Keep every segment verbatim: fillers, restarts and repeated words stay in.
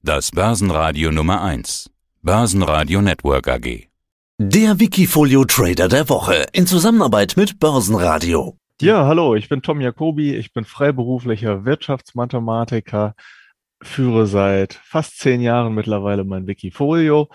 Das Börsenradio Nummer eins. Börsenradio Network A G. Der Wikifolio Trader der Woche in Zusammenarbeit mit Börsenradio. Ja, hallo, ich bin Tom Jacobi, ich bin freiberuflicher Wirtschaftsmathematiker, führe seit fast zehn Jahren mittlerweile mein Wikifolio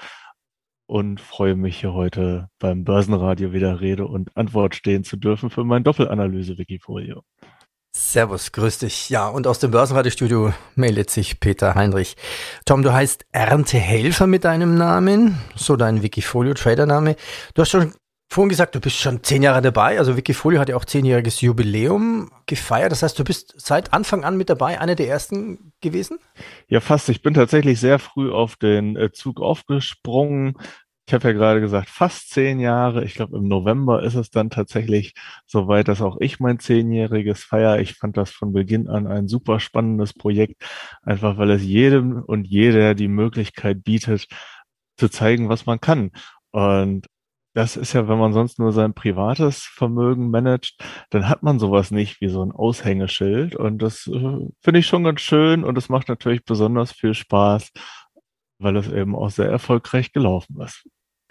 und freue mich hier heute beim Börsenradio wieder Rede und Antwort stehen zu dürfen für mein Doppelanalyse-Wikifolio. Servus, grüß dich. Ja, und aus dem Börsenradiostudio meldet sich Peter Heinrich. Tom, du heißt Erntehelfer mit deinem Namen, so dein Wikifolio-Trader-Name. Du hast schon vorhin gesagt, du bist schon zehn Jahre dabei. Also Wikifolio hat ja auch zehnjähriges Jubiläum gefeiert. Das heißt, du bist seit Anfang an mit dabei, einer der ersten gewesen? Ja, fast. Ich bin tatsächlich sehr früh auf den äh, Zug aufgesprungen. Ich habe ja gerade gesagt, fast zehn Jahre. Ich glaube, im November ist es dann tatsächlich soweit, dass auch ich mein zehnjähriges feiere. Ich fand das von Beginn an ein super spannendes Projekt, einfach weil es jedem und jeder die Möglichkeit bietet, zu zeigen, was man kann. Und das ist ja, wenn man sonst nur sein privates Vermögen managt, dann hat man sowas nicht wie so ein Aushängeschild. Und das äh, finde ich schon ganz schön und es macht natürlich besonders viel Spaß, weil es eben auch sehr erfolgreich gelaufen ist.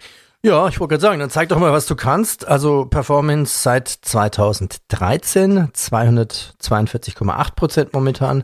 Ja, ich wollte gerade sagen, dann zeig doch mal, was du kannst. Also Performance seit zweitausenddreizehn, zweihundertzweiundvierzig Komma acht Prozent momentan.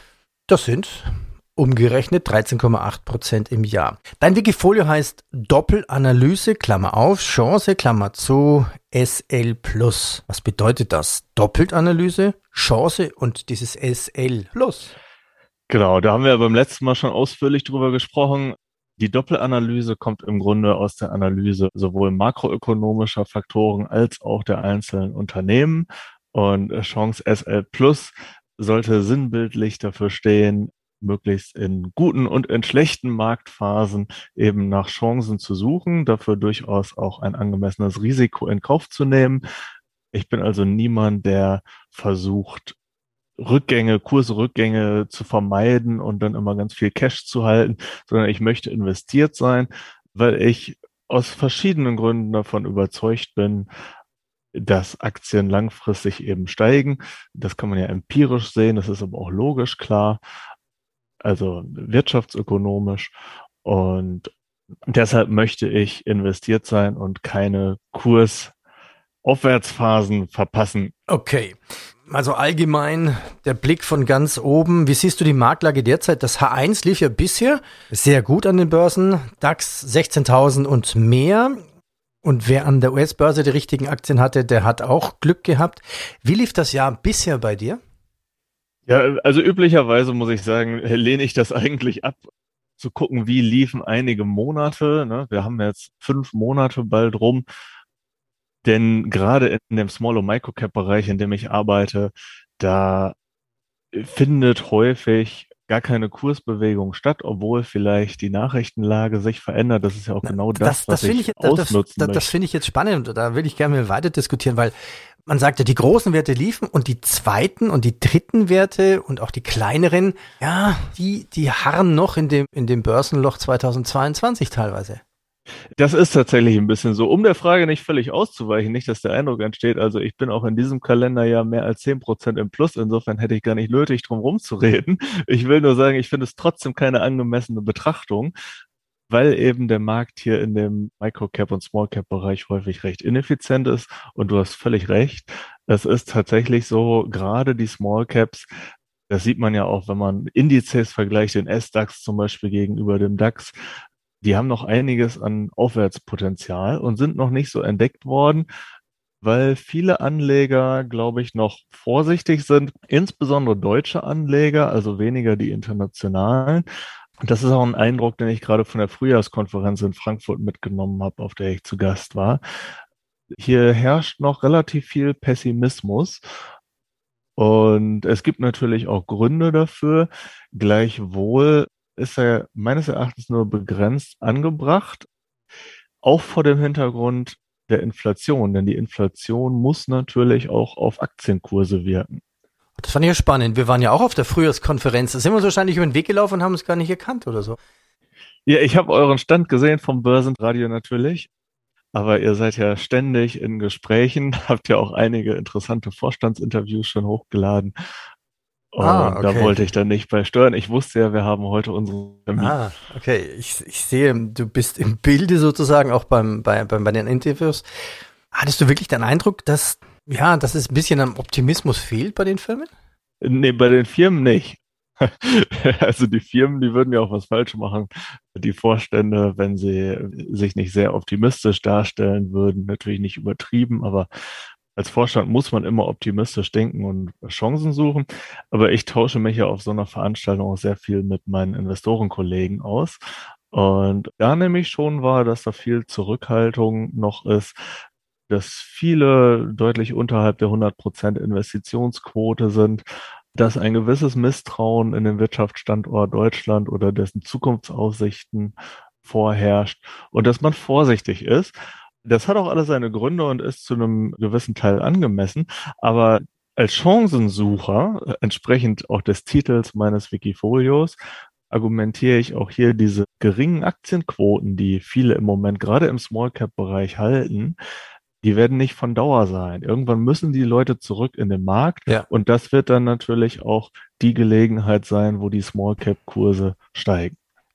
Das sind umgerechnet dreizehn Komma acht Prozent im Jahr. Dein Wikifolio heißt Doppelanalyse, Klammer auf, Chance, Klammer zu, S L Plus. Was bedeutet das? Doppelanalyse, Chance und dieses S L Plus. Genau, da haben wir beim letzten Mal schon ausführlich drüber gesprochen. Die Doppelanalyse kommt im Grunde aus der Analyse sowohl makroökonomischer Faktoren als auch der einzelnen Unternehmen. Und Chance S L Plus sollte sinnbildlich dafür stehen, möglichst in guten und in schlechten Marktphasen eben nach Chancen zu suchen, dafür durchaus auch ein angemessenes Risiko in Kauf zu nehmen. Ich bin also niemand, der versucht, Rückgänge, Kursrückgänge zu vermeiden und dann immer ganz viel Cash zu halten, sondern ich möchte investiert sein, weil ich aus verschiedenen Gründen davon überzeugt bin, dass Aktien langfristig eben steigen. Das kann man ja empirisch sehen, das ist aber auch logisch klar, also wirtschaftsökonomisch, und deshalb möchte ich investiert sein und keine Kursaufwärtsphasen verpassen. Okay. Also allgemein der Blick von ganz oben. Wie siehst du die Marktlage derzeit? Das H eins lief ja bisher sehr gut an den Börsen. DAX sechzehntausend und mehr. Und wer an der U S-Börse die richtigen Aktien hatte, der hat auch Glück gehabt. Wie lief das Jahr bisher bei dir? Ja, also üblicherweise muss ich sagen, lehne ich das eigentlich ab, zu gucken, wie liefen einige Monate. Ne? Wir haben jetzt fünf Monate bald rum. Denn gerade in dem Small- und Microcap-Bereich, in dem ich arbeite, da findet häufig gar keine Kursbewegung statt, obwohl vielleicht die Nachrichtenlage sich verändert. Das ist ja auch Na, genau das, das was das ich, ich ausnutzen das, das, das finde ich jetzt spannend. Da will ich gerne weiter diskutieren, weil man sagt ja, die großen Werte liefen und die zweiten und die dritten Werte und auch die kleineren, ja, die, die harren noch in dem, in dem Börsenloch zweitausendzweiundzwanzig teilweise. Das ist tatsächlich ein bisschen so, um der Frage nicht völlig auszuweichen, nicht, dass der Eindruck entsteht, also ich bin auch in diesem Kalenderjahr mehr als zehn Prozent im Plus, insofern hätte ich gar nicht nötig, drum rumzureden. Ich will nur sagen, ich finde es trotzdem keine angemessene Betrachtung, weil eben der Markt hier in dem Microcap- und Smallcap-Bereich häufig recht ineffizient ist, und du hast völlig recht, es ist tatsächlich so, gerade die Smallcaps, das sieht man ja auch, wenn man Indizes vergleicht, den S-DAX zum Beispiel gegenüber dem DAX, die haben noch einiges an Aufwärtspotenzial und sind noch nicht so entdeckt worden, weil viele Anleger, glaube ich, noch vorsichtig sind, insbesondere deutsche Anleger, also weniger die internationalen. Und das ist auch ein Eindruck, den ich gerade von der Frühjahrskonferenz in Frankfurt mitgenommen habe, auf der ich zu Gast war. Hier herrscht noch relativ viel Pessimismus. Und es gibt natürlich auch Gründe dafür. Gleichwohl ist er meines Erachtens nur begrenzt angebracht, auch vor dem Hintergrund der Inflation, denn die Inflation muss natürlich auch auf Aktienkurse wirken. Das fand ich ja spannend. Wir waren ja auch auf der Frühjahrskonferenz. Da sind wir uns wahrscheinlich über den Weg gelaufen und haben es gar nicht erkannt oder so. Ja, ich habe euren Stand gesehen vom Börsenradio natürlich, aber ihr seid ja ständig in Gesprächen, habt ja auch einige interessante Vorstandsinterviews schon hochgeladen. Und Ah, okay. da wollte ich dann nicht bei steuern. Ich wusste ja, wir haben heute unsere Termin. Ah, okay. Ich, ich sehe, du bist im Bilde sozusagen auch beim, bei, bei, bei den Interviews. Hattest du wirklich den Eindruck, dass, ja, dass es ein bisschen am Optimismus fehlt bei den Firmen? Nee, bei den Firmen nicht. Also die Firmen, die würden ja auch was falsch machen. Die Vorstände, wenn sie sich nicht sehr optimistisch darstellen würden, natürlich nicht übertrieben, aber als Vorstand muss man immer optimistisch denken und Chancen suchen. Aber ich tausche mich ja auf so einer Veranstaltung auch sehr viel mit meinen Investorenkollegen aus. Und da nehme ich schon wahr, dass da viel Zurückhaltung noch ist, dass viele deutlich unterhalb der hundert Prozent Investitionsquote sind, dass ein gewisses Misstrauen in den Wirtschaftsstandort Deutschland oder dessen Zukunftsaussichten vorherrscht und dass man vorsichtig ist. Das hat auch alles seine Gründe und ist zu einem gewissen Teil angemessen, aber als Chancensucher, entsprechend auch des Titels meines Wikifolios, argumentiere ich auch hier diese geringen Aktienquoten, die viele im Moment gerade im Small-Cap-Bereich halten, die werden nicht von Dauer sein. Irgendwann müssen die Leute zurück in den Markt Ja. und das wird dann natürlich auch die Gelegenheit sein, wo die Small-Cap-Kurse steigen.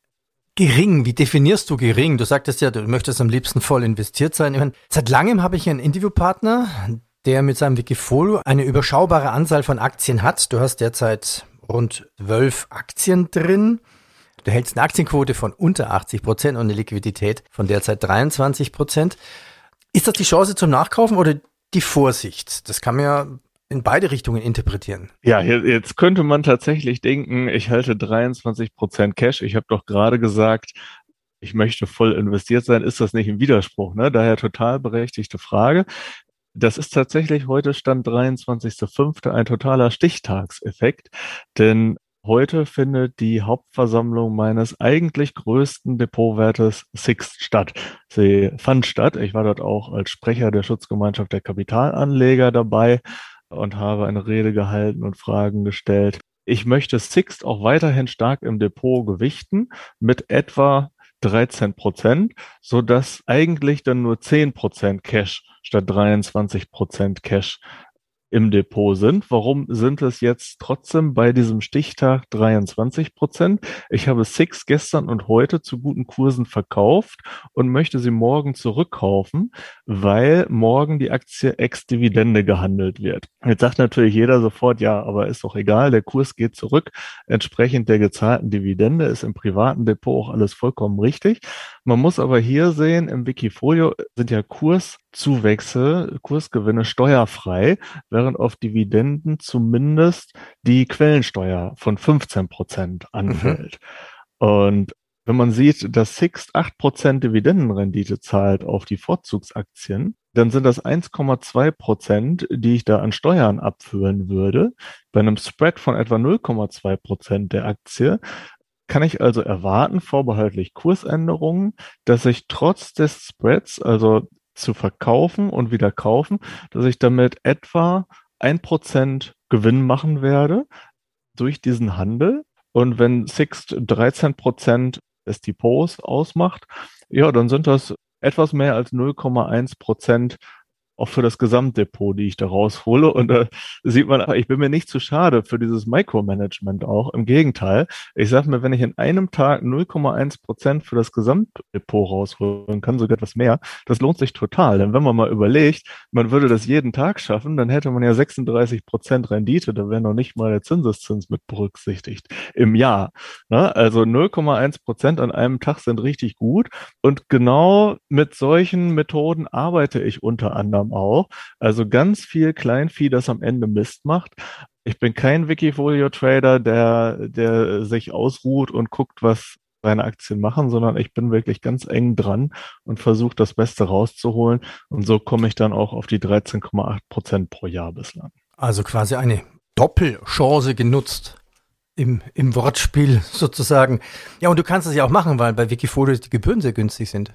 Gering, wie definierst du gering? Du sagtest ja, du möchtest am liebsten voll investiert sein. Ich meine, seit langem habe ich einen Interviewpartner, der mit seinem Wikifolio eine überschaubare Anzahl von Aktien hat. Du hast derzeit rund zwölf Aktien drin. Du hältst eine Aktienquote von unter achtzig Prozent und eine Liquidität von derzeit dreiundzwanzig Prozent. Ist das die Chance zum Nachkaufen oder die Vorsicht? Das kann man ja in beide Richtungen interpretieren. Ja, jetzt könnte man tatsächlich denken, ich halte dreiundzwanzig Prozent Cash. Ich habe doch gerade gesagt, ich möchte voll investiert sein. Ist das nicht ein Widerspruch? Ne? Daher total berechtigte Frage. Das ist tatsächlich heute Stand dreiundzwanzigster fünfter ein totaler Stichtagseffekt, denn heute findet die Hauptversammlung meines eigentlich größten Depotwertes Sixt statt. Sie fand statt. Ich war dort auch als Sprecher der Schutzgemeinschaft der Kapitalanleger dabei und habe eine Rede gehalten und Fragen gestellt. Ich möchte Sixt auch weiterhin stark im Depot gewichten mit etwa dreizehn Prozent, sodass eigentlich dann nur zehn Prozent Cash statt dreiundzwanzig Prozent Cash im Depot sind. Warum sind es jetzt trotzdem bei diesem Stichtag dreiundzwanzig Prozent? Ich habe Sixt gestern und heute zu guten Kursen verkauft und möchte sie morgen zurückkaufen, weil morgen die Aktie ex-Dividende gehandelt wird. Jetzt sagt natürlich jeder sofort, ja, aber ist doch egal, der Kurs geht zurück. Entsprechend der gezahlten Dividende ist im privaten Depot auch alles vollkommen richtig. Man muss aber hier sehen, im Wikifolio sind ja Kurszuwächse, Kursgewinne steuerfrei, während auf Dividenden zumindest die Quellensteuer von fünfzehn Prozent anfällt. Mhm. Und wenn man sieht, dass Sixt acht Prozent Dividendenrendite zahlt auf die Vorzugsaktien, dann sind das eins Komma zwei Prozent, die ich da an Steuern abführen würde. Bei einem Spread von etwa null Komma zwei Prozent der Aktie kann ich also erwarten, vorbehaltlich Kursänderungen, dass ich trotz des Spreads, also zu verkaufen und wieder kaufen, dass ich damit etwa ein Prozent Gewinn machen werde durch diesen Handel. Und wenn Sixt dreizehn Prozent des Depots ausmacht, ja, dann sind das etwas mehr als null Komma eins Prozent auch für das Gesamtdepot, die ich da raushole. Und da sieht man, ich bin mir nicht zu schade für dieses Micromanagement auch. Im Gegenteil, ich sage mir, wenn ich in einem Tag null Komma eins Prozent für das Gesamtdepot rausholen kann, sogar etwas mehr, das lohnt sich total. Denn wenn man mal überlegt, man würde das jeden Tag schaffen, dann hätte man ja sechsunddreißig Prozent Rendite, da wäre noch nicht mal der Zinseszins mit berücksichtigt im Jahr. Ne? Also null Komma eins Prozent an einem Tag sind richtig gut. Und genau mit solchen Methoden arbeite ich unter anderem auch. Also ganz viel Kleinvieh, das am Ende Mist macht. Ich bin kein Wikifolio-Trader, der, der sich ausruht und guckt, was seine Aktien machen, sondern ich bin wirklich ganz eng dran und versuche das Beste rauszuholen. Und so komme ich dann auch auf die dreizehn Komma acht Prozent pro Jahr bislang. Also quasi eine Doppelchance genutzt. Im, im Wortspiel sozusagen. Ja, und du kannst es ja auch machen, weil bei Wikifolio die Gebühren sehr günstig sind.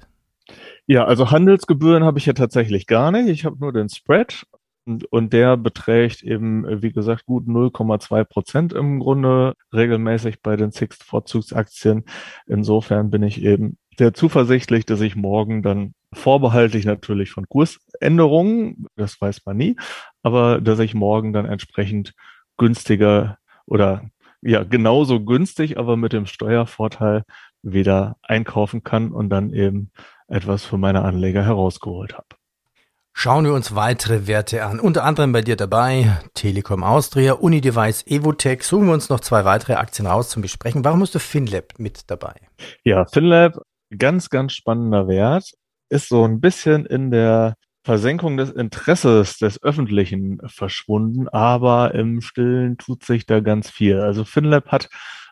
Ja, also Handelsgebühren habe ich ja tatsächlich gar nicht. Ich habe nur den Spread und, und der beträgt eben, wie gesagt, gut null Komma zwei Prozent im Grunde regelmäßig bei den Sixt-Vorzugsaktien. Insofern bin ich eben sehr zuversichtlich, dass ich morgen dann vorbehaltlich natürlich von Kursänderungen, das weiß man nie, aber dass ich morgen dann entsprechend günstiger oder ja genauso günstig, aber mit dem Steuervorteil wieder einkaufen kann und dann eben etwas für meine Anleger herausgeholt habe. Schauen wir uns weitere Werte an. Unter anderem bei dir dabei Telekom Austria, Unidevice, Evotec. Suchen wir uns noch zwei weitere Aktien raus zum Besprechen. Warum hast du Finlab mit dabei? Ja, Finlab, ganz, ganz spannender Wert, ist so ein bisschen in der Versenkung des Interesses des Öffentlichen verschwunden, aber im Stillen tut sich da ganz viel. Also Finlab hat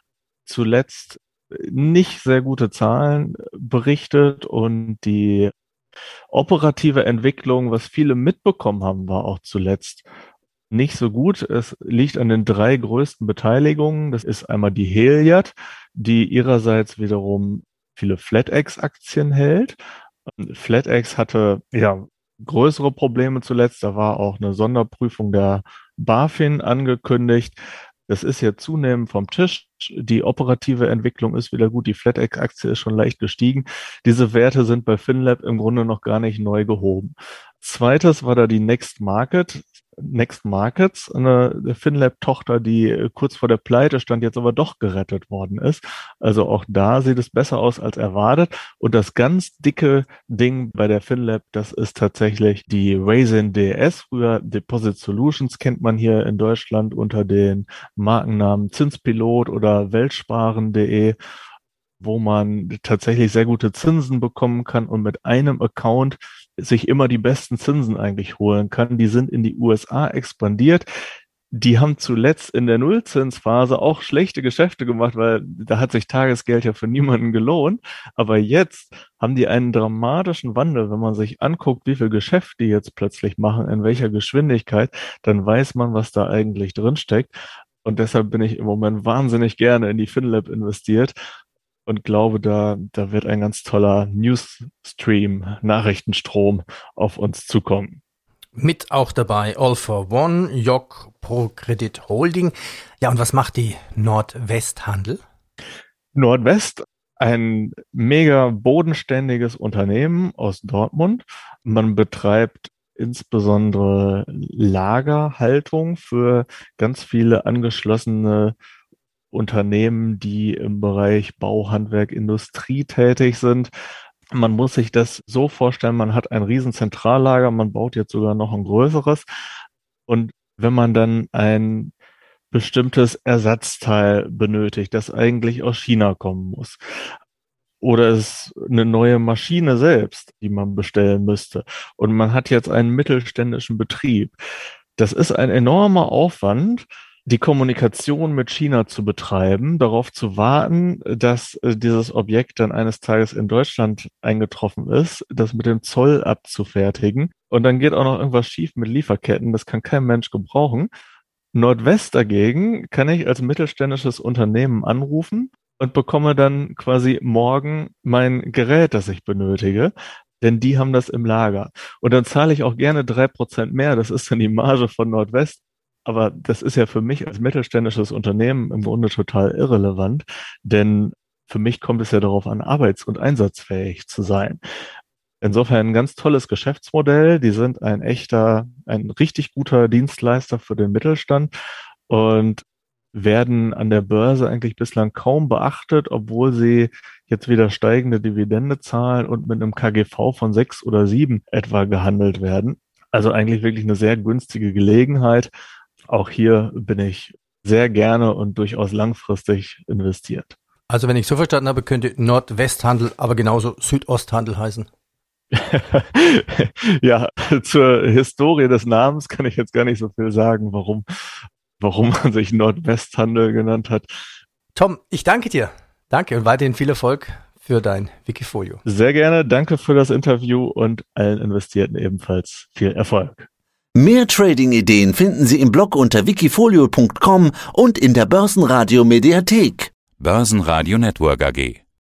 zuletzt nicht sehr gute Zahlen berichtet und die operative Entwicklung, was viele mitbekommen haben, war auch zuletzt nicht so gut. Es liegt an den drei größten Beteiligungen. Das ist einmal die Heliad, die ihrerseits wiederum viele FlatEx-Aktien hält. FlatEx hatte ja größere Probleme zuletzt. Da war auch eine Sonderprüfung der BaFin angekündigt. Das ist ja zunehmend vom Tisch. Die operative Entwicklung ist wieder gut. Die FlatEx-Aktie ist schon leicht gestiegen. Diese Werte sind bei Finlab im Grunde noch gar nicht neu gehoben. Zweites war da die Next Market. Next Markets, eine Finlab-Tochter, die kurz vor der Pleite stand, jetzt aber doch gerettet worden ist. Also auch da sieht es besser aus als erwartet. Und das ganz dicke Ding bei der Finlab, das ist tatsächlich die Raisin D S. Früher Deposit Solutions kennt man hier in Deutschland unter den Markennamen Zinspilot oder Weltsparen punkt de, wo man tatsächlich sehr gute Zinsen bekommen kann und mit einem Account sich immer die besten Zinsen eigentlich holen kann. Die sind in die U S A expandiert. Die haben zuletzt in der Nullzinsphase auch schlechte Geschäfte gemacht, weil da hat sich Tagesgeld ja für niemanden gelohnt. Aber jetzt haben die einen dramatischen Wandel. Wenn man sich anguckt, wie viel Geschäft die jetzt plötzlich machen, in welcher Geschwindigkeit, dann weiß man, was da eigentlich drinsteckt. Und deshalb bin ich im Moment wahnsinnig gerne in die Finlab investiert und glaube, da, da wird ein ganz toller Newsstream, Nachrichtenstrom auf uns zukommen. Mit auch dabei All for One, J O C ProCredit Holding. Ja, und was macht die Nordwesthandel? Nordwest, ein mega bodenständiges Unternehmen aus Dortmund. Man betreibt insbesondere Lagerhaltung für ganz viele angeschlossene Unternehmen, die im Bereich Bau, Handwerk, Industrie tätig sind. Man muss sich das so vorstellen, man hat ein riesen Zentrallager, man baut jetzt sogar noch ein größeres. Und wenn man dann ein bestimmtes Ersatzteil benötigt, das eigentlich aus China kommen muss, oder es eine neue Maschine selbst, die man bestellen müsste, und man hat jetzt einen mittelständischen Betrieb, das ist ein enormer Aufwand, die Kommunikation mit China zu betreiben, darauf zu warten, dass äh, dieses Objekt dann eines Tages in Deutschland eingetroffen ist, das mit dem Zoll abzufertigen. Und dann geht auch noch irgendwas schief mit Lieferketten, das kann kein Mensch gebrauchen. Nordwest dagegen kann ich als mittelständisches Unternehmen anrufen und bekomme dann quasi morgen mein Gerät, das ich benötige. Denn die haben das im Lager. Und dann zahle ich auch gerne drei Prozent mehr, das ist dann die Marge von Nordwest. Aber das ist ja für mich als mittelständisches Unternehmen im Grunde total irrelevant, denn für mich kommt es ja darauf an, arbeits- und einsatzfähig zu sein. Insofern ein ganz tolles Geschäftsmodell. Die sind ein echter, ein richtig guter Dienstleister für den Mittelstand und werden an der Börse eigentlich bislang kaum beachtet, obwohl sie jetzt wieder steigende Dividende zahlen und mit einem K G V von sechs oder sieben etwa gehandelt werden. Also eigentlich wirklich eine sehr günstige Gelegenheit. Auch hier bin ich sehr gerne und durchaus langfristig investiert. Also wenn ich so verstanden habe, könnte Nordwesthandel aber genauso Südosthandel heißen. Ja, zur Historie des Namens kann ich jetzt gar nicht so viel sagen, warum, warum man sich Nordwesthandel genannt hat. Tom, ich danke dir. Danke und weiterhin viel Erfolg für dein Wikifolio. Sehr gerne, danke für das Interview und allen Investierten ebenfalls viel Erfolg. Mehr Trading-Ideen finden Sie im Blog unter wikifolio punkt com und in der Börsenradio Mediathek. Börsenradio Network A G.